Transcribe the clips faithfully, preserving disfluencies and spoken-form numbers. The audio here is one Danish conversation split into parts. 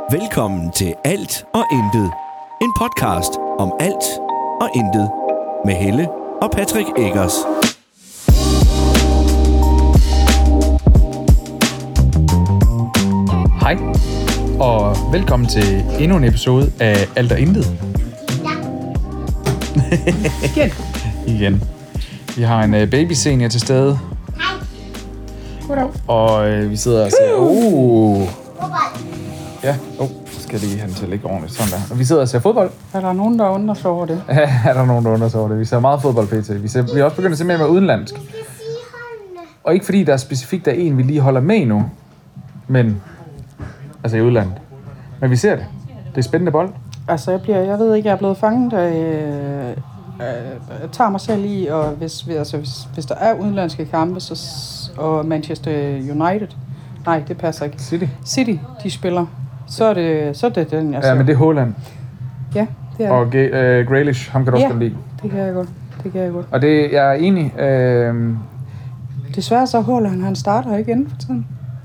Velkommen til Alt og Intet. En podcast om alt og intet. Med Helle og Patrick Eggers. Hej, og velkommen til endnu en episode af Alt og Intet. Igen. Igen. Vi har en uh, baby senior til stede. Goddag. Og uh, vi sidder og ser... Uh. Ja, oh, så skal jeg lige have den til at ligge ordentligt. Sådan der. Og vi sidder og ser fodbold. Er der nogen, der undrer sig over det? er der nogen, der undrer sig over det? Vi ser meget fodbold, P T. Vi, ser, vi er også begyndt at se mere med udenlandsk. Og ikke fordi der er specifikt der er en, vi lige holder med nu. Men... Altså i udlandet. Men vi ser det. Det er spændende bold. Altså, jeg, bliver, jeg ved ikke, jeg er blevet fanget af... Øh, øh, jeg tager mig selv i, og hvis, altså, hvis, hvis der er udenlandske kampe, så, og Manchester United... Nej, det passer ikke. City. City, de spiller. Så er det, så er det den, jeg ser. Ja, men det er Haaland. Ja, det er Og G- uh, Grealish, ham kan du ja, også godt lide. det kan jeg godt. Det kan jeg godt. Og det, jeg er enig. Øh, Desværre så Haaland, han starter ikke inden for tiden.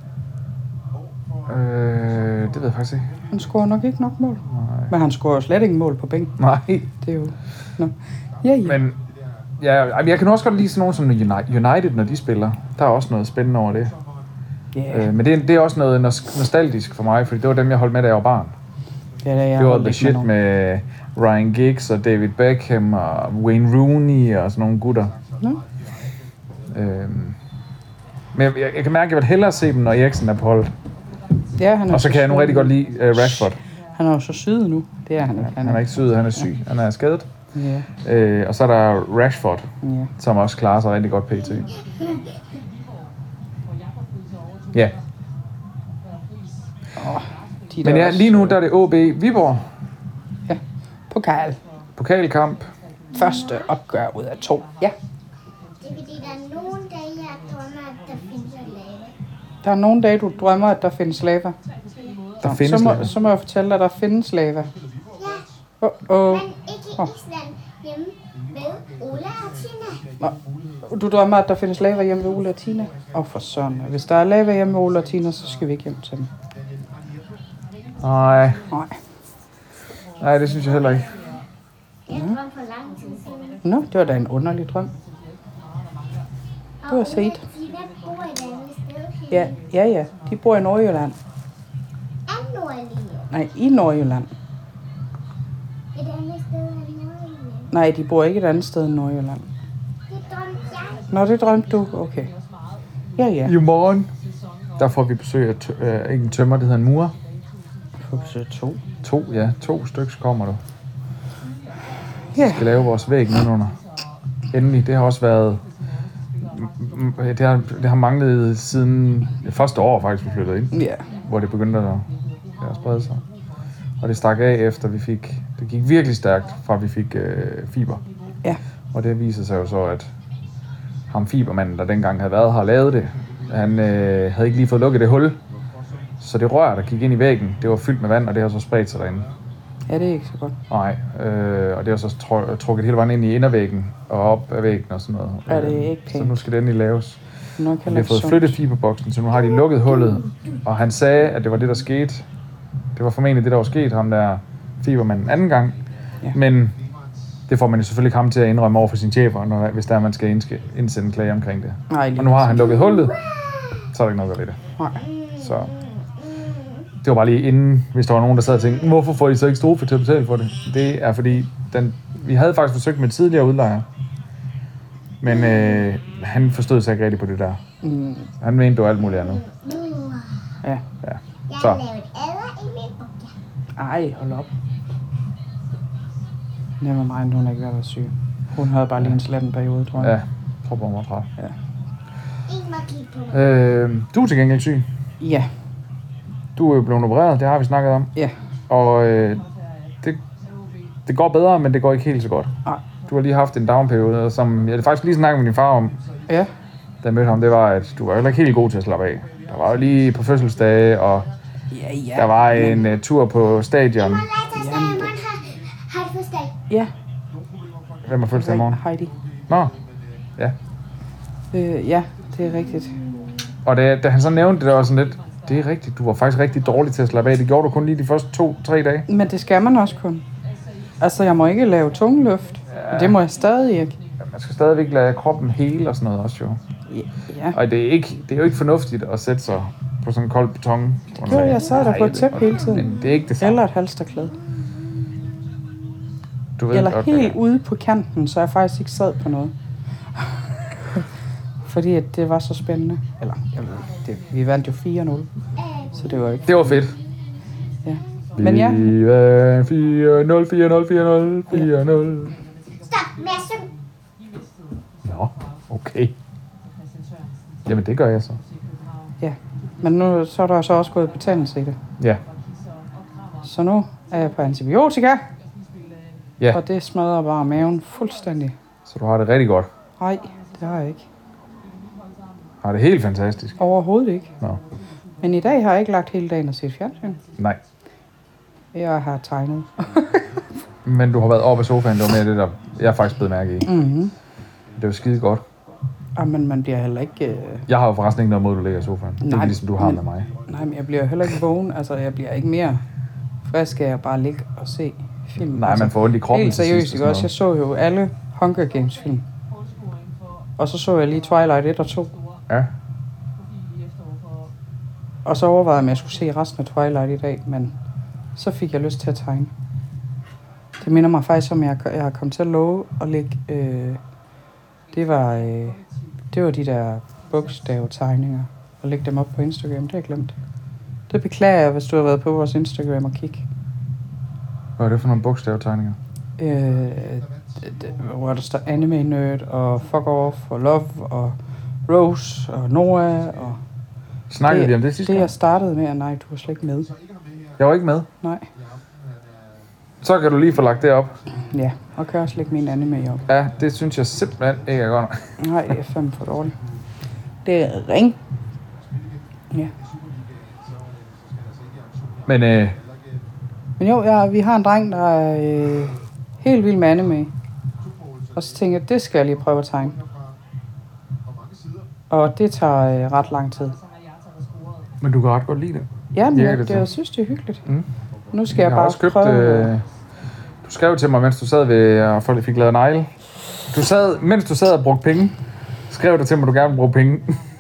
øh, det ved jeg faktisk ikke. Han scorer nok ikke nok mål. Nej. Men han scorer slet ikke mål på bænken. Nej. Det er jo... Nå. Ja, ja. Men ja, jeg kan også godt lide sådan nogen som United, når de spiller. Der er også noget spændende over det. Yeah. Øh, men det er, det er også noget nostalgisk for mig, fordi det var dem, jeg holdt med, da jeg var barn. Ja, det, er jeg det var holdt the ikke shit med, med Ryan Giggs og David Beckham og Wayne Rooney og sådan nogle gutter. Nå. Øhm, men jeg, jeg kan mærke, at jeg vil hellere se dem, når Eriksen er på holdet. Ja, han er Og så kan jeg nu rigtig godt lide uh, Rashford. Han er jo så syg nu. Det er han ikke. Han er ikke syg, han er syg. Han er skadet. Ja. Øh, og så er der Rashford, Ja. som også klarer sig rigtig godt pt. Ja. Oh, de Men ja, lige nu der er det O B Viborg. Ja. Pokal. Pokalkamp. Første opgør ud af to. Ja. Det er fordi, der er nogle dage, jeg drømmer, at der findes lava. Der er nogle dage, du drømmer, at der findes lava. Der Nå, findes så, må, lava. så må jeg fortælle dig, at der findes lava. Ja, Oh, oh. men ikke i Oh. Island hjemme med Ola og Tina. Nå. Du drømmer, at der findes lava hjemme ved Ola og Tina? Åh, oh, for søren. Hvis der er lava hjemme ved Ola og Tina, så skal vi ikke hjem til dem. Nej. Nej. Nej, det synes jeg heller ikke. Jeg drømte for lang tid siden. Nå, det var da en underlig drøm. Du har set. Ola og Tina bor et andet sted. Ja, ja, ja. De bor i Nordjylland. Er nordlige. Nej, i Nordjylland. Et andet sted end Nordjylland. Nej, de bor ikke et andet sted end Nordjylland. Det drømte jeg. Nå, det drømte du. Okay. Ja, ja. I morgen, der får vi besøg af tø- øh, ikke en tømmer, det hedder en murer. Får besøg to. To, ja. To stykker kommer du. Ja. Vi skal lave vores væg nedenunder. Endelig. Det har også været... m- m- Det har, det har manglet siden det første år, faktisk, vi flyttede ind. Ja. Hvor det begyndte at, at sprede sig. Og det stak af efter vi fik... Det gik virkelig stærkt, fra vi fik øh, fiber. Ja. Og det viser sig jo så, at ham fibermanden, der dengang havde været her og lavet det, han øh, havde ikke lige fået lukket det hul. Så det rør, der gik ind i væggen, det var fyldt med vand, og det har så spredt sig derinde. Ja, det er ikke så godt. Nej, øh, og det har så tr- trukket hele vejen ind i indervæggen og op af væggen og sådan noget. Ja, det er ikke Så pænt. nu skal det endelig laves. Nok Vi har fået flyttet fiberboksen, så nu har de lukket hullet. Og han sagde, at det var det, der skete. Det var formentlig det, der var sket, ham der fibermanden anden gang. Ja. Men det får man jo selvfølgelig ikke ham til at indrømme over for sin chefer, når, hvis der man skal indske, indsende en klage omkring det. Nej, lige Og nu har han lukket hullet, så er der ikke noget ved det. Nej. Så det var bare lige inden, hvis der var nogen, der sad og tænkte, hvorfor får I så ikke Strofe til at betale for det? Det er fordi, den, vi havde faktisk forsøgt med tidligere udlejer, men øh, han forstod sig ikke rigtig på det der. Mm, Han mente, det var alt muligt andet. ja. Ja. Jeg Så. har lavet æder i min bukke. Ej, hold op. Never mind, hun er ikke været syg. Hun havde bare lige en slatten periode, tror Ja, jeg. jeg tror på, hun var træt. Ingen må kigge på mig. Øh, du er til gengæld syg. Ja. Du er jo blevet opereret, det har vi snakket om. Ja. Og øh, det, det går bedre, men det går ikke helt så godt. Nej. Du har lige haft en downperiode, som jeg faktisk lige snakket med din far om, Ja. da jeg mødte ham. Det var, at du var heller ikke helt god til at slappe af. Der var jo lige på fødselsdage, og Ja, ja. der var en uh, tur på stadion. Lad os tage i morgen. Har, har du fødselsdag? Ja. Hvem har fødselsdag i morgen? Heidi. Nå, ja. Øh, ja, det er rigtigt. Og da, da han så nævnte det, der var sådan lidt, Det er rigtigt. Du var faktisk rigtig dårlig til at slappe af. Det gjorde du kun lige de første to-tre dage. Men det skal man også kun. Altså, jeg må ikke lave tungeløft. Ja. Det må jeg stadig ikke. Ja, man skal stadigvæk lade kroppen hele og sådan noget også, jo. Ja. Og det er, ikke, det er jo ikke fornuftigt at sætte sig på sådan en kold beton. Det gjorde jeg, så er der på et tæppe hele tiden. Men det er ikke det samme. Eller et halsterklæde. Du ved Eller godt, helt ude på kanten, så jeg faktisk ikke sad på noget. Fordi at det var så spændende. Eller, jeg ved, det, vi vandt jo fire nul. Så det var ikke... Det var fedt. Ja. Men ja. Vi vandt fire nul, fire nul, fire nul, fire nul. Stop med at synge. Nå, okay. Jamen, det gør jeg så. Ja. Men nu så er der så også gået betændelse i det. Ja. Så nu er jeg på antibiotika. Ja. Og det smadrer bare maven fuldstændig. Så du har det rigtig godt. Nej, det har jeg ikke. Har det helt fantastisk. Overhovedet ikke. Nå. Men i dag har jeg ikke lagt hele dagen og set fjernsyn. Nej. Jeg har tegnet. Men du har været oppe af sofaen, det var mere det, der jeg er faktisk blevet mærke i. Mm-hmm. Det var skide godt. Men man bliver heller ikke... Øh... Jeg har jo forresten ikke noget mod, at du ligger i sofaen. Det er Nej, ligesom du har men, med mig. Nej, men jeg bliver heller ikke vågen. Altså, jeg bliver ikke mere frisk af at bare ligge og se film. Nej, altså, man får ondt i kroppen. Helt seriøst, ikke også? Jeg så jo alle Hunger Games film. Og så så jeg lige Twilight et og to. Ja. Og så overvejede jeg, at jeg skulle se resten af Twilight i dag, men så fik jeg lyst til at tegne. Det minder mig faktisk om, at jeg, jeg har kommet til at love at lægge... Øh, det var... Øh, det var de der bogstavetegninger. Og lægge dem op på Instagram, det har jeg glemt. Det beklager jeg, hvis du har været på vores Instagram og kigge. Hvad er det for nogle bogstavetegninger? Øh, det, det, hvor der står Anime Nerd og Fuck Off og Love og Rose og Noah og... Snakkede vi om det sidste Det gang? jeg startede med, og nej, du var slet ikke med. Jeg var ikke med. Nej. Så kan du lige få lagt det op. Ja, og kan også lægge min anime op. Ja, det synes jeg simpelthen ikke er godt. Nej, det er fandme for dårligt. Det er ring. Ja. Men øh, Men jo, ja, vi har en dreng, der er øh, helt vild med anime. Og så tænker jeg, det skal jeg lige prøve at tegne. Og det tager øh, ret lang tid. men du kan ret godt lide det. Ja, men Virker jeg, det det, til? jeg synes, det er hyggeligt. Mm. Nu skal jeg, har bare også købt, prøve... øh, du skrev til mig, mens du sad ved, og folk fik lavet negle. Du sad, mens du sad og brugte penge, skrev du til mig, at du gerne ville bruge penge.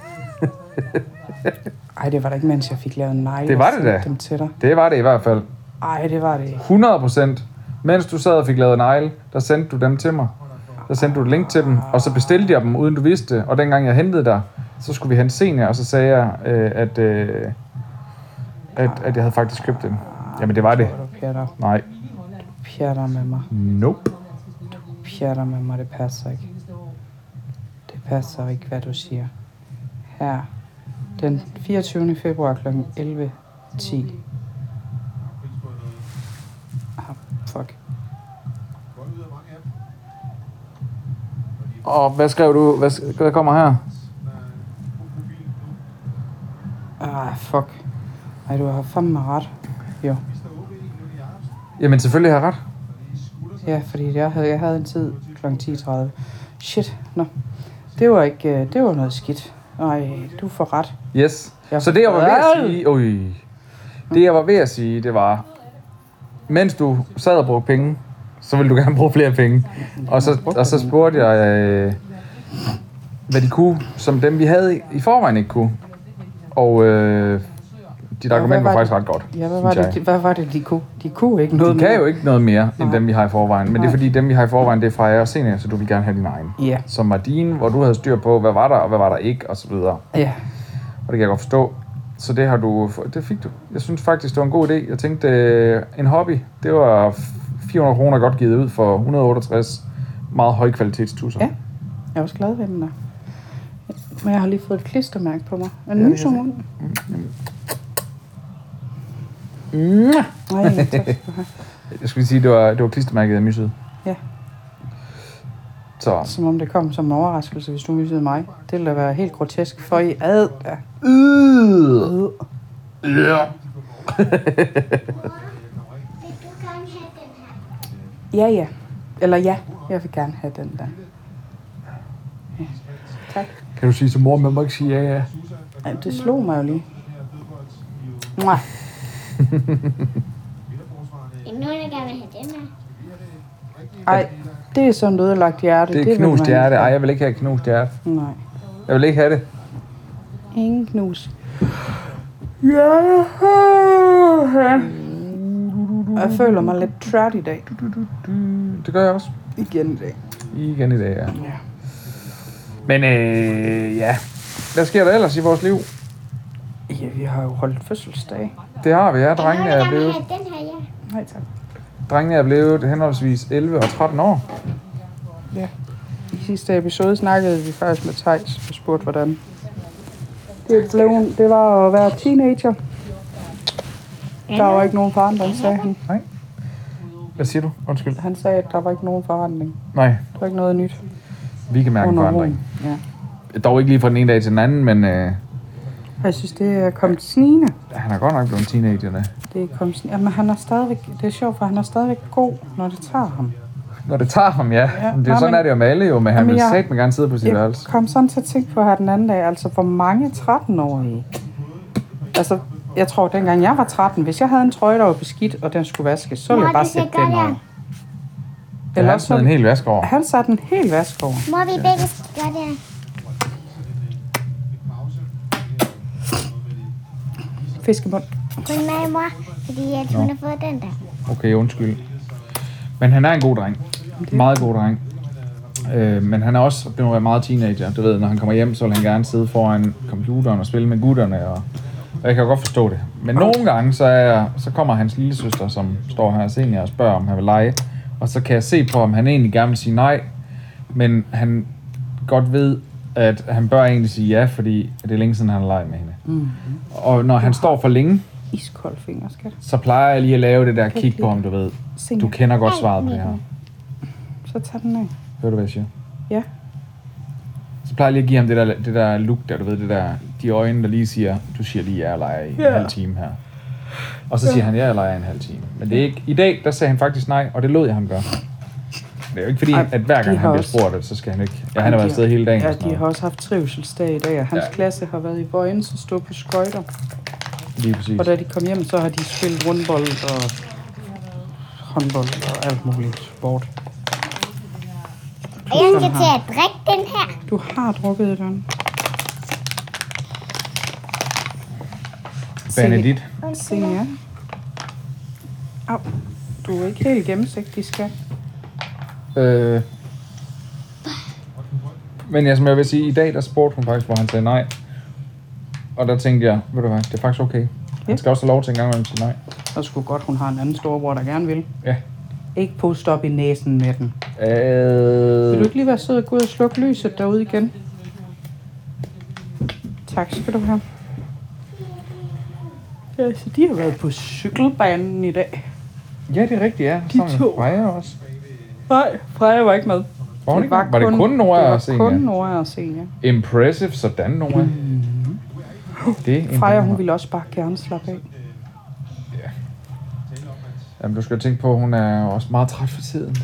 Ej, det var da ikke, mens jeg fik lavet negle. Det var og det sendt da. dem til dig. Det var det i hvert fald. Ej, det var det ikke. hundrede procent. Mens du sad og fik lavet negle, der sendte du dem til mig. Der sendte du et link til dem, og så bestilte jeg dem, uden du vidste det. Og dengang jeg hentede dig, så skulle vi hente senior, og så sagde jeg, øh, at, øh, at, at jeg havde faktisk købt dem. Jamen, det var det. Du pjatter. Nej. Du pjatter med mig. Nope. Du pjatter med mig, det passer ikke. Det passer ikke, hvad du siger. Her. Den fireogtyvende februar kl. elleve ti. Ah, fuck. Og hvad skrev du? Hvad, hvad kommer her? Ah, fuck. Ej, du har fandme ret. Jo. Jamen, selvfølgelig har jeg ret. Ja, fordi jeg havde, jeg havde en tid kl. ti tredive. Shit, nå. Det var ikke, øh, det var noget skidt. Ej, du får ret. Yes. Jeg Så det, jeg var ved at får- sige... Ui. Det, jeg var ved at sige, det var... Mens du sad og brugte penge, så ville du gerne bruge flere penge. Og så, og så spurgte jeg, øh, hvad de kunne, som dem, vi havde i, i forvejen ikke kunne. Og øh, dit Ja, argument hvad var var faktisk ret godt, Ja, hvad var, synes det, jeg. hvad var det, de kunne? De kunne ikke noget De kan mere. jo ikke noget mere, end Nej. dem, vi har i forvejen. Men det er Nej. fordi, dem, vi har i forvejen, det er fra jer og senior, så du vil gerne have din egen. Ja, Som var din, hvor du havde styr på, hvad var der, og hvad var der ikke, og så videre. ja. Og det kan jeg godt forstå. Så det har du, det fik du. Jeg synes faktisk, det var en god idé. Jeg tænkte, øh, en hobby, det var fire hundrede kroner godt givet ud for et hundrede og otteogtres meget høj kvalitetstusser. Ja. Jeg er også glad ved den der. Men jeg har lige fået et klistermærke på mig. En Ja, det mus kan om jeg munden. Mm. Nej, ja, tak skal du have. Jeg skulle sige, det var, det var klistermærket af myset. Ja. Så. Som om det kom som en overraskelse, hvis du missede mig. Det ville da være helt grotesk for I ad. Ja. Øh. Ja. Vil du gerne have den her? Ja, ja. Eller ja, jeg vil gerne have den der. Ja. Tak. Kan du sige til mor, man må ikke sige ja, ja. Ja, det slog mig jo lige. Nej. En nogen, der gerne vil have det med. Ej, det er sådan et ødelagt hjerte. Det er vil knust man hjerte. ikke Ej, have. jeg vil ikke have knust hjerte. Nej. Jeg vil ikke have det. Ingen knus. Ja. Jeg føler mig lidt træt i dag. Det gør jeg også. Igen i dag. Igen i dag, ja. Ja. Men øh, ja, hvad sker der ellers i vores liv? Ja, vi har jo holdt fødselsdag. Det har vi, ja. En Drengene nogen, der er gerne vil blevet, have den her, ja. Nej, tak. drengene er blevet henholdsvis elleve og tretten år. Ja. I sidste episode snakkede vi faktisk med Theis og spurgte, hvordan det, blev, det var at være teenager. Der var ikke nogen forandring, sagde han. Nej. Hvad siger du? Undskyld. Han sagde, at der var ikke nogen forandring. Nej, Der var ikke noget nyt. vi kan mærke en under forandring. roen. Ja. Dog ikke lige fra den ene dag til den anden, men øh, Jeg synes, det er kommet snigende. han er godt nok blevet teenagerne. Det er kommet snigende. Jamen, han er stadigvæk, det er sjovt, for han er stadigvæk god, når det tager ham. Når det tager ham, ja. Ja, Men det er nej, sådan men- er det jo med alle jo, men han Jamen, vil jeg- satme gerne sidde på sit Jeg værelse. kom sådan til at tænke på her den anden dag, altså hvor mange tretten-årige. Altså, jeg tror, dengang jeg var tretten, hvis jeg havde en trøje, der var beskidt, og den skulle vaskes, så ville Mor, jeg bare du skal sætte gøre den over. det. Ja, han smed en hel vask over. Han satte en hel vask over. Mor, vi begge skal gøre det. Fiskebund. Kun mig, mor, fordi at hun har fået den der. Okay, undskyld. Men han er en god dreng. Meget god dreng. Øh, men han er også blevet meget teenager. Du ved, når han kommer hjem, så vil han gerne sidde foran computeren og spille med gutterne. Og, og jeg kan jo godt forstå det. Men nogle gange, så, er, så kommer hans lillesøster, som står her senior og spørger, om han vil lege. Og så kan jeg se på, om han egentlig gerne vil sige nej. Men han godt ved, at han bør egentlig sige ja, fordi det er længe siden, han har leget med hende. Mm. Og når han står for længe, Iskold finger, skat. så plejer jeg lige at lave det der kig på ham, du ved. Sing. Du kender godt svaret på det her. Så tag den af. Hører du, hvad jeg siger? Ja. Så plejer jeg lige at give ham det der, det der look der, du ved, det der, de øjne, der lige siger, du siger lige, jeg leger i en Ja. halv time her. Og så siger han, jeg leger i en halv time. Men det er ikke, i dag, der sagde han faktisk nej, og det lod jeg ham gøre. Det er jo ikke fordi, Ej, at hver gang de han har bliver også- spurgt, så skal han ikke... Ja, han har været afsted hele dagen. Ja, og sådan de har noget. også haft trivselsdag i dag, og hans Ja. klasse har været i Vojens og stå på skøjter. Lige præcis. Og da de kom hjem, så har de spillet rundbold og håndbold og alt muligt sport. Og jeg skal til at drikke den her. Du har drukket den. Benedikt. Se, ja. Au. Du er ikke helt gennemsigtig, skat. Øh, men ja, som jeg vil sige, i dag der spurgte hun faktisk, hvor han sagde nej. Og der tænkte jeg, ved du hvad, det er faktisk okay. Han skal også have lov til en gang, at sige nej. Og sgu godt, hun har en anden storebror, der gerne vil. Ja. Ikke puste op i næsen med den. Øh, Vil du ikke lige være sød og gå ud og slukke lyset derude igen? Tak skal du have. Ja, så de har været på cykelbanen i dag. Ja, det er rigtigt, ja. De Sammen to. med Freja også. Nej, Freja var ikke med. Var, hun ikke? var det kun Nora det var og Senja? kun Nora og Senja. Impressive, sådan Nora. Det er Freja, hun ville også bare gerne slappe af. Jamen, du skal tænke på, at hun er også meget træt for tiden.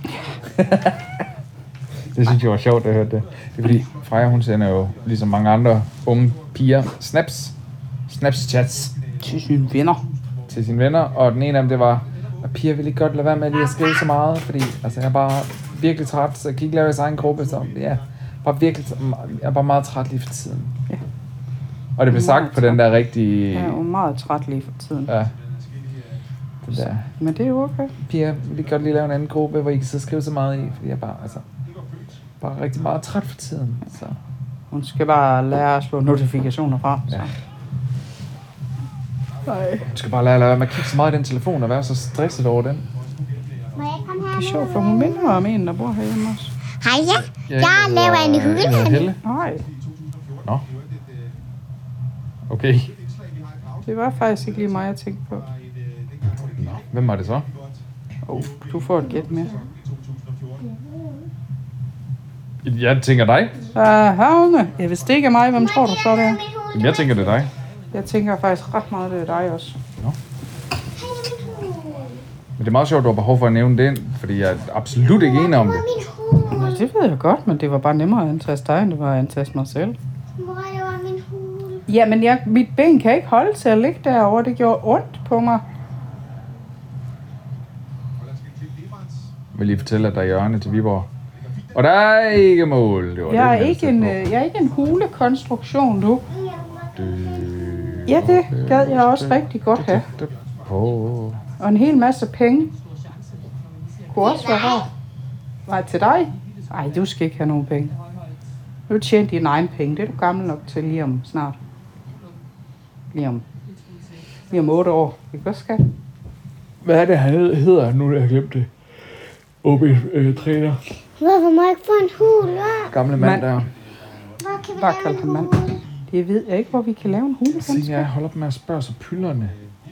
Det synes jeg var sjovt, at høre det. Det er fordi, Freja, hun sender jo, ligesom mange andre unge piger, snaps. Snapchats Til sine venner. til sine venner. Og den ene af dem, det var, at piger ville ikke godt lade være med lige at skrive så meget, fordi altså, jeg er bare virkelig træt, så jeg kan ikke lave jeres egen gruppe. Så ja, bare virkelig, jeg er bare meget træt lige for tiden. Ja. Og det blev sagt på den der rigtige... Jeg er jo meget træt lige for tiden. Ja. Den der... Men det er jo okay. Piger, vil I godt lige lave en anden gruppe, hvor I kan sidde og skrive så meget i, fordi jeg er bare, altså, bare rigtig meget træt for tiden. Så. Hun skal bare lære at slå notifikationer fra. Så. Ja. Nej. Du skal bare lade lade være med at kigge så meget i den telefon og være så stresset over den. Må jeg komme her? Det er sjovt, for hun minder mig om en, der bor herhjemme også. Hej, ja. Ja, Jeg laver en hedder- jeg hedder hule. Helle. Nej, Nå. Okay. det var faktisk ikke lige mig, jeg tænkte på. Nå. Hvem var det så? Oh, du får et gæt mere. Jeg tænker dig. Uh, havne. Ja, hvis det ikke er mig, hvem tror du så det er? Jamen, jeg tænker det er dig. Jeg tænker faktisk ret meget, det er dig også. Men det er meget sjovt, at du har behov for at nævne den, fordi jeg er absolut ikke enig om det. Min hul. Nå, det ved jeg godt, men det var bare nemmere at antaste dig, end det var at antaste mig selv. Mor, det var min hul. Jamen, jeg, mit ben kan ikke holde til at ligge derovre. Det gjorde ondt på mig. Jeg vil lige fortælle, at der er hjørne til Viborg. Og der er ikke mål. Det var Jeg er, det, ikke en, øh, jeg er ikke en hulekonstruktion, du. Det... Ja, det gad jeg også rigtig godt have. Oh. Og en hel masse penge. Kunne også være rart. Nej, til dig? Nej, du skal ikke have nogen penge. Du tjener dine egne penge. Det er du gammel nok til lige om snart. Lige om, lige om otte år. Det kan skat. Hvad er det, han hedder? Nu har jeg glemt det. O B-træner. Hvorfor må jeg ikke få en hul, hva'? Gamle mand Mand. der. Hvor kan vi Bare lave kald en ham mand. hul? Det ved jeg ikke, hvor vi kan lave en hule. Se, jeg holder op med at spørge så pylderne.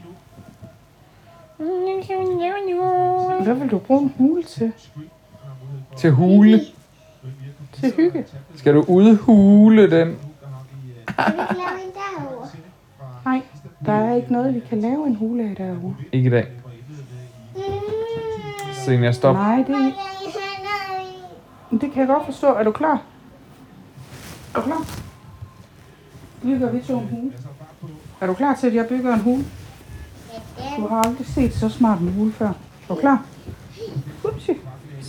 Hvad vil du bruge en hule til? Til hule. Til hygge. Skal du udhule den? Kan vi ikke lave en derovre? Nej, der er ikke noget, vi kan lave en hule af derovre. Ikke i dag. Senja, stop. Nej, det, Jeg vil have noget. det kan jeg godt forstå. Er du klar? Er du klar? Bygger vi to en hule. Er du klar til, at jeg bygger en hule? Du har aldrig set så smart en hule før. Er du klar? Upsi. Så.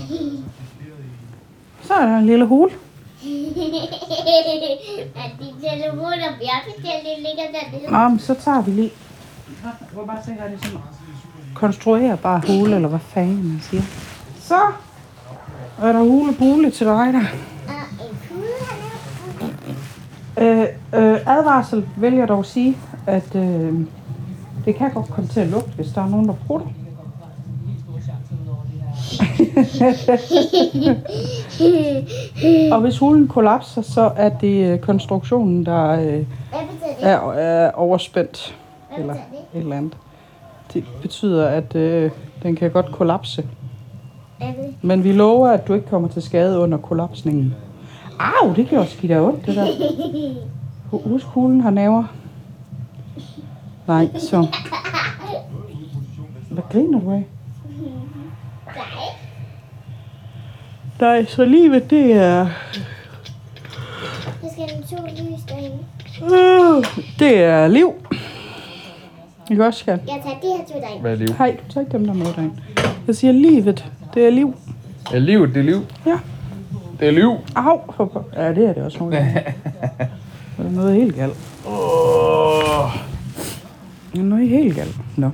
Så er der en lille hule. At de telefon og bjergfortælling ligger dernede. Nå, men så tager vi lige. Jeg må bare se, her det er sådan konstruerbar hule, eller hvad fanden man siger. Så er der hule bule til dig der. Og en hul hernede. Øh, øh, advarsel vil jeg dog sige, at øh, det kan godt komme til at lugte, hvis der er nogen, der prutter. Og hvis hulen kollapser, så er det øh, konstruktionen, der øh, Hvad betyder det? er, er overspændt. Hvad Eller betyder det? et eller andet. Det betyder, at øh, den kan godt kollapse. Hvad betyder det? Men vi lover, at du ikke kommer til skade under kollapsningen. Au, det gjorde skidt af ondt, det der. Husk, hulen har naver. Nej, så. Hvad griner du af? Nej, så livet, det er... Jeg skal den to lys derinde. Øh, det er liv. Ikke også, skat? Jeg tager de her to derinde. Hvad er liv? Hej, du tager ikke dem der med derind. Jeg siger livet, det er liv. Ja, livet, det er liv. Ja. Det er liv. Au. for po- Ja, det er det også nogle gange. Det er noget helt galt. Oh. Det er noget helt galt. Nå.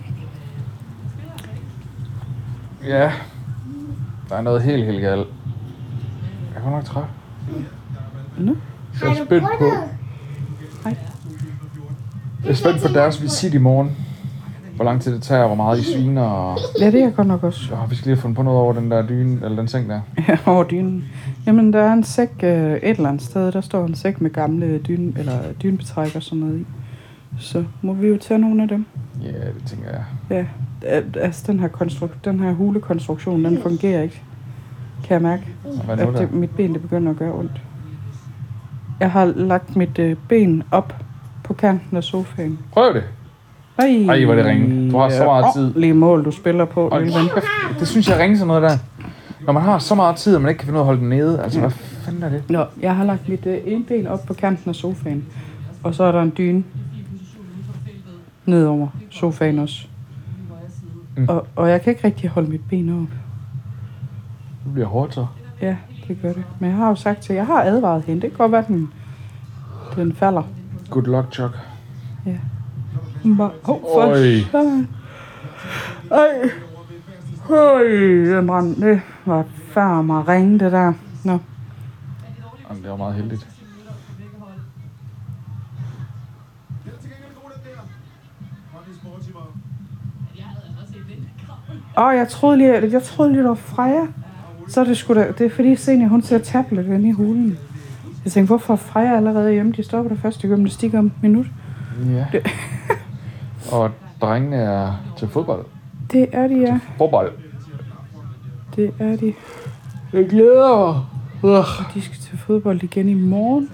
Ja. Der er noget helt, helt galt. Jeg er godt nok træt. Nå. Jeg er Har du spændt på, prøvet? Hej. jeg er spændt på deres visit i morgen. Hvor lang tid det tager, hvor meget de sviner. Og... Ja, det er jeg godt nok også. Ja, vi skal lige have fundet på noget over den der dyne, eller den seng der. Ja, over dynen. Jamen, der er en sæk øh, et eller andet sted. Der står en sæk med gamle dyne, eller dynebetræk og sådan noget i. Så må vi jo tage nogle af dem. Ja, det tænker jeg. Ja, al- altså den her, konstruk- den her hulekonstruktion, den fungerer ikke. Kan jeg mærke, Og hvad nu at der? det, mit ben det begynder at gøre ondt. Jeg har lagt mit øh, ben op på kanten af sofaen. Prøv det. Ej, Ej, hvor er det ringe. Du har så meget tid. Lige mål, du spiller på, Og lille ven. det synes jeg ringer sådan noget der. Når man har så meget tid, at man ikke kan finde ud af at holde den nede. Altså, hvad fanden er det? Nå, jeg har lagt mit øh, ene ben op på kanten af sofaen. Og så er der en dyne nedover sofaen også. Mm. Og, og jeg kan ikke rigtig holde mit ben op. Det bliver hårdt så. Ja, det gør det. Men jeg har jo sagt til, jeg har advaret hende. Det kan godt være, at den, den falder. Good luck, Chuck. Ja. Hun bare, oh, for Øj. søren. Ej. Øj, den brænd. Det var færdig at ringe, det der. Nå. Jamen, det var meget heldigt. Åh, jeg troede lige, jeg troede lige, det var Freja. Så er det sgu da, det er fordi Senja, hun ser tablet inde i hulen. Jeg tænkte, hvorfor er Freja allerede hjemme? De stopper der første gymnastik om et minut. Ja. Det- Og drengene er til fodbold. Det er de, ja. Fodbold. Det er de. Jeg glæder mig. Uh. De skal til fodbold igen i morgen.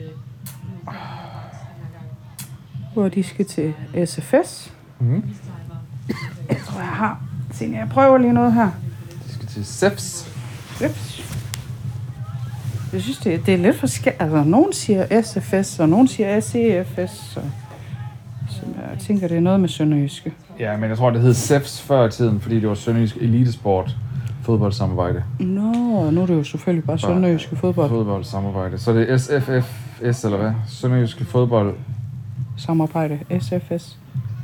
Hvor de skal til S F S. Mm. Jeg tror, jeg har. Senja, jeg prøver lige noget her. De skal til Sefs. Ups. Jeg synes, det, det er lidt forskelligt. Altså, nogen siger S F S, og nogen siger S E F S. Så, så jeg tænker, det er noget med sønderjyske. Ja, men jeg tror, det hed S E F S før i tiden, fordi det var sønderjysk elitesport fodboldsamarbejde. Nå, nu er det jo selvfølgelig bare sønderjyske fodbold. Fodboldsamarbejde. Så det er S F F S, eller hvad? Sønderjyske fodbold... Samarbejde. S F S.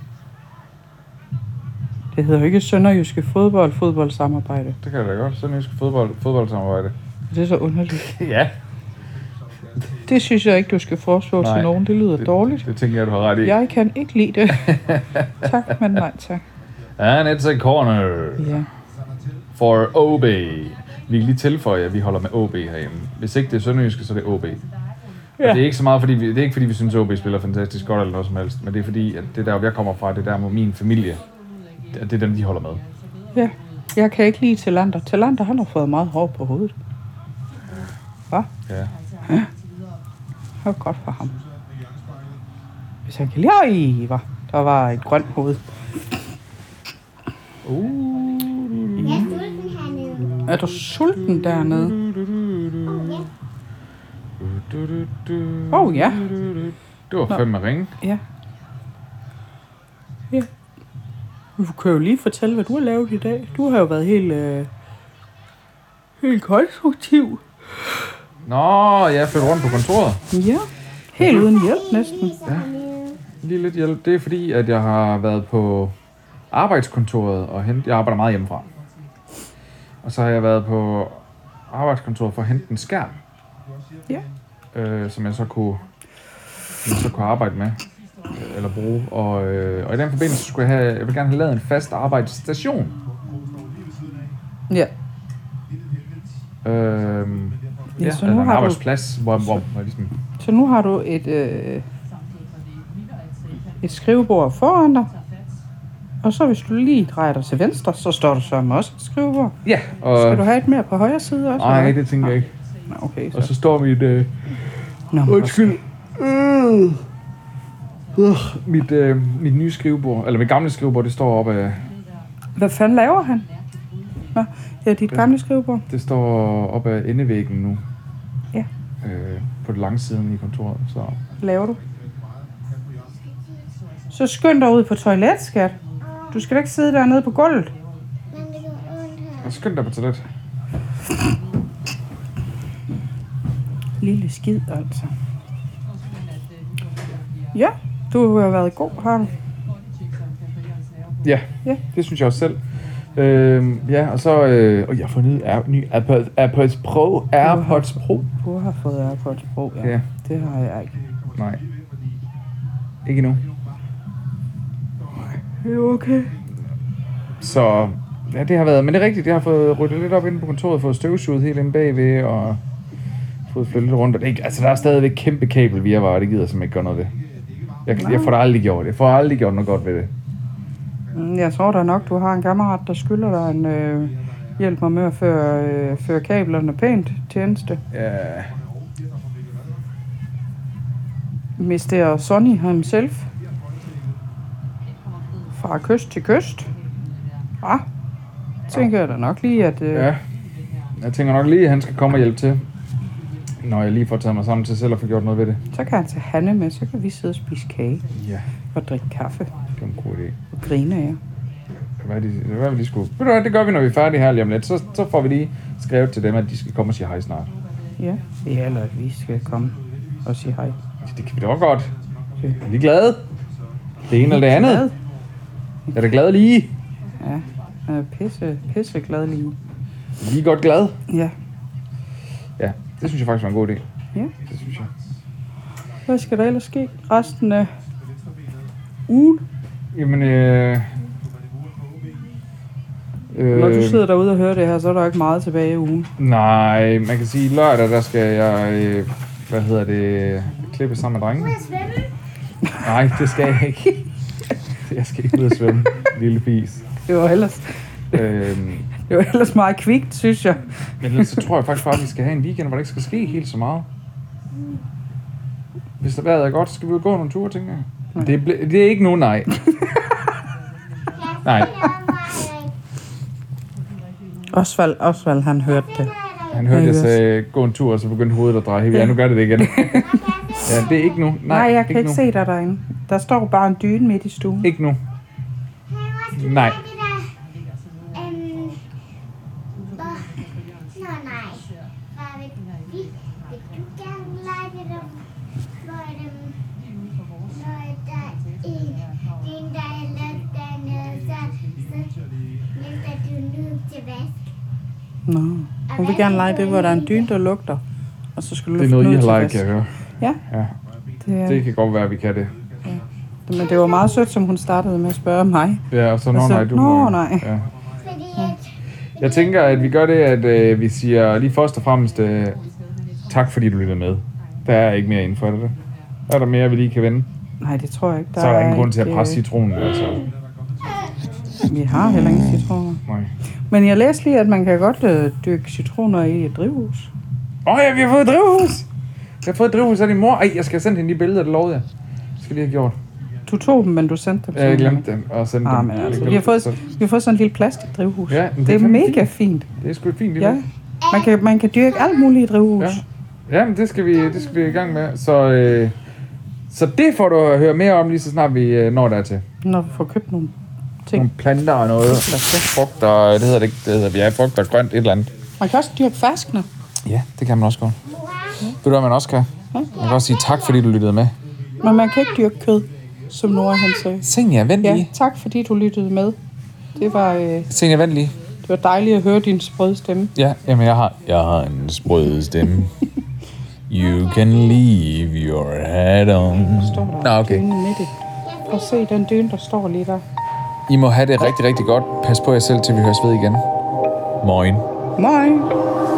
Det hedder jo ikke sønderjyske fodbold, fodboldsamarbejde. Det kan det da godt. Sønderjyske fodbold, fodboldsamarbejde. Det er så underligt. Ja. Det synes jeg ikke, du skal foreslå nej, til nogen. Det lyder det, dårligt. Det tænker jeg, du har ret i. Jeg kan ikke lide det. Tak, men nej tak. And it's a corner. Ja. For O B. Vi kan lige tilføje, at vi holder med O B herinde. Hvis ikke det er sønderjyske, så er det O B. Ja. Og det er ikke så meget, fordi vi, det er ikke fordi, vi synes, at O B spiller fantastisk godt eller noget som helst. Men det er fordi, at det der, jeg kommer fra, det der med min familie, det er dem, de holder med. Ja. Jeg kan ikke lide Talander. Talander, han har fået meget hår på hovedet. Hvad? Ja. Ja. Det var godt for ham. Hvis han kan lide, øj, var. Der var et grønt hoved. Uh. Jeg er sulten hernede. Er du sulten dernede? Åh oh, ja. Det var fem med ringe. Ja. Ja. Du kan jo lige fortælle, hvad du har lavet i dag. Du har jo været helt, øh, helt konstruktiv. Nå, jeg flytter rundt på kontoret. Ja. Helt uden hjælp næsten. Ja. Lige lidt hjælp. Det er fordi, at jeg har været på arbejdskontoret og hente... Jeg arbejder meget hjemmefra. Og så har jeg været på arbejdskontoret for at hente en skærm. Ja. Øh, som jeg så kunne, jeg så kunne arbejde med. Øh, eller bruge. Og, øh, og i den forbindelse skulle jeg have... Jeg vil gerne have lavet en fast arbejdsstation. Ja. Øh, ja, ja, så altså nu en har arbejdsplads, du... hvor, hvor, hvor ligesom... Så nu har du et... Øh, et skrivebord foran dig. Og så hvis du lige drejer dig til venstre, så står der så også et skrivebord. Ja, og... Skal du have et mere på højre side også? Nej, det tænker jeg ikke. Nå, okay, så. Og så står mit... Øh... Nå, Undskyld. Øh... Øh... Mit, øh, mit nye skrivebord, eller mit gamle skrivebord, det står op af... Hvad fanden laver han? Nå, ja, dit gamle skrivebord. Det står op af endevæggen nu. Ja. Øh, på det lange siden i kontoret, så... Hvad laver du? Så skynd dig ud på toilet, skat. Du skal da ikke sidde dernede på gulvet. Men det gør ondt her. Og skynd dig på toilet. Lille skid, altså. Ja, du har været god, har du? Ja, Ja. det synes jeg også selv. Øh, ja, og så... Øh, og jeg har fundet Air, ny AirPods, AirPods Pro. AirPods Pro. Du har fået AirPods Pro, ja. Ja. Det har jeg ikke. Nej. Ikke endnu. Det er okay. Så ja, det har været, men det er rigtigt, jeg har fået ryddet lidt op inde på kontoret, fået støvsuget helt inde bagved, og fået flyttet lidt rundt. Og det er ikke, altså, der er stadigvæk kæmpe kabel via var, det gider jeg simpelthen ikke gøre noget ved. Jeg, jeg får det aldrig gjort, jeg får aldrig gjort noget godt ved det. Jeg tror da nok, du har en kammerat, der skylder dig en øh, hjælp mig med at føre, øh, føre kablerne pænt tjeneste. Ja. mister Sonny himself. Fra kyst til kyst. Ja, tænker jeg da nok lige, at... Øh... Ja, jeg tænker nok lige, at han skal komme og hjælpe til, når jeg lige får taget mig sammen til selv at få gjort noget ved det. Så kan han tage Hanne med, så kan vi sidde og spise kage. Ja. Og drikke kaffe. Det er en god idé. Og grine af jer. Hvad er det, hvad er vi lige skulle... Ved du hvad, det gør vi, når vi er færdige her lige om lidt. Så, så får vi lige skrevet til dem, at de skal komme og sige hej snart. Ja, ja, eller at vi skal komme og sige hej. Det kan vi da også godt. Er vi glade? Det ene eller det andet? Glad. Er du glad lige? Ja, jeg er pisse, pisse glad lige. Lige godt glad? Ja. Ja, det synes jeg faktisk var en god idé. Ja. Det synes jeg. Hvad skal der ellers ske resten af ugen? Jamen, øh... øh Når du sidder derude og hører det her, så er der ikke meget tilbage i ugen. Nej, man kan sige, lørdag, der skal jeg, øh, hvad hedder det, klippe sammen med drengene. Nej, det skal jeg ikke. Jeg skal ikke ud og svømme, lille fis. Det var ellers, Øhm, det var ellers meget kvikt, synes jeg. men ellers så tror jeg faktisk bare, at vi skal have en weekend, hvor der ikke skal ske helt så meget. Hvis der vejret er godt, så skal vi jo gå nogle ture, tænker jeg. Det, ble, det er ikke nogen nej. Nej. Osvald, Osvald, han hørte det. Han hørte, Ja, jeg yes. sagde, gå en tur, og så begyndte hovedet at dreje helt. Ja, nu gør det det igen. Ja, det er ikke nu. Nej, Nej, jeg kan ikke nu. se dig derinde. Der står bare en dyne midt i stuen. Ikke nu. Hey, hvor skal Nej. vi have det der? Øhm, hvor? Nå, nej. Hvad vil vi? Vil du gerne lege det der? Hvor er det? Når der er en, den der er lagt dernede, så, så hjælper du nu til vask. Nå. Hun vil gerne lege det, hvor der er en dyne, der lugter. Og så skal du Det er løfte noget, I den ud har til leget, vask. kan jeg høre. Ja, Ja, det er det kan godt være, at vi kan det. Men det var meget sødt, som hun startede med at spørge mig. Ja, og så nå Og så, nej, du nå, må... nej. Ja. Fordi at, Jeg tænker, at vi gør det, at øh, vi siger lige først og fremmest øh, tak, fordi du lytter med. Der er ikke mere inden for det. Er der mere, vi lige kan vende? Nej, det tror jeg ikke. Der så er der ingen grund til at ikke, presse citronen. Altså. Vi har heller ingen citroner. Nej. Men jeg læste lige, at man kan godt øh, dyrke citroner i et drivhus. Åh oh, ja, vi har fået et drivhus! Vi har fået et drivhus af din mor. Ej, jeg skal sende hende de billeder, det lovede jeg. Det skal lige have gjort. Du tog dem, men du sendte dem. Ja, jeg til glemte dem og sendte Ah, dem. men altså, Jeg vi har, fået, glemte vi har fået sådan en lille plastikdrivhus. Ja, men det, det er er fandme mega fint. Det er sgu et fint Ja. lille. Man kan, man kan dyrke alt muligt i drivhus. Ja. Ja, men det skal vi, det skal vi i gang med. Så, øh, så det får du at høre mere om, lige så snart vi øh, når dertil. Når vi får købt nogle ting. Nogle planter og noget. Frugter, det hedder det ikke. Det hedder vi er frugt og grønt, et eller andet. Man kan også dyrke ferskner. Ja, det kan man også godt. Ved du, hvad man også kan? Man kan også sige tak, fordi du lyttede med. Men man kan ikke dyrke kød, som Nora han sagde. Senja, vent Ja, lige. tak fordi du lyttede med. Det var, øh, Senja, vent lige. det var dejligt at høre din sprøde stemme. Ja, jamen jeg har, jeg har en sprød stemme. You can leave your hat on. Står Nå, der okay. dyne midt i. Prøv at se den dyne, der står lige der. I må have det rigtig, rigtig godt. Pas på jer selv, til vi høres ved igen. Moin. Moin.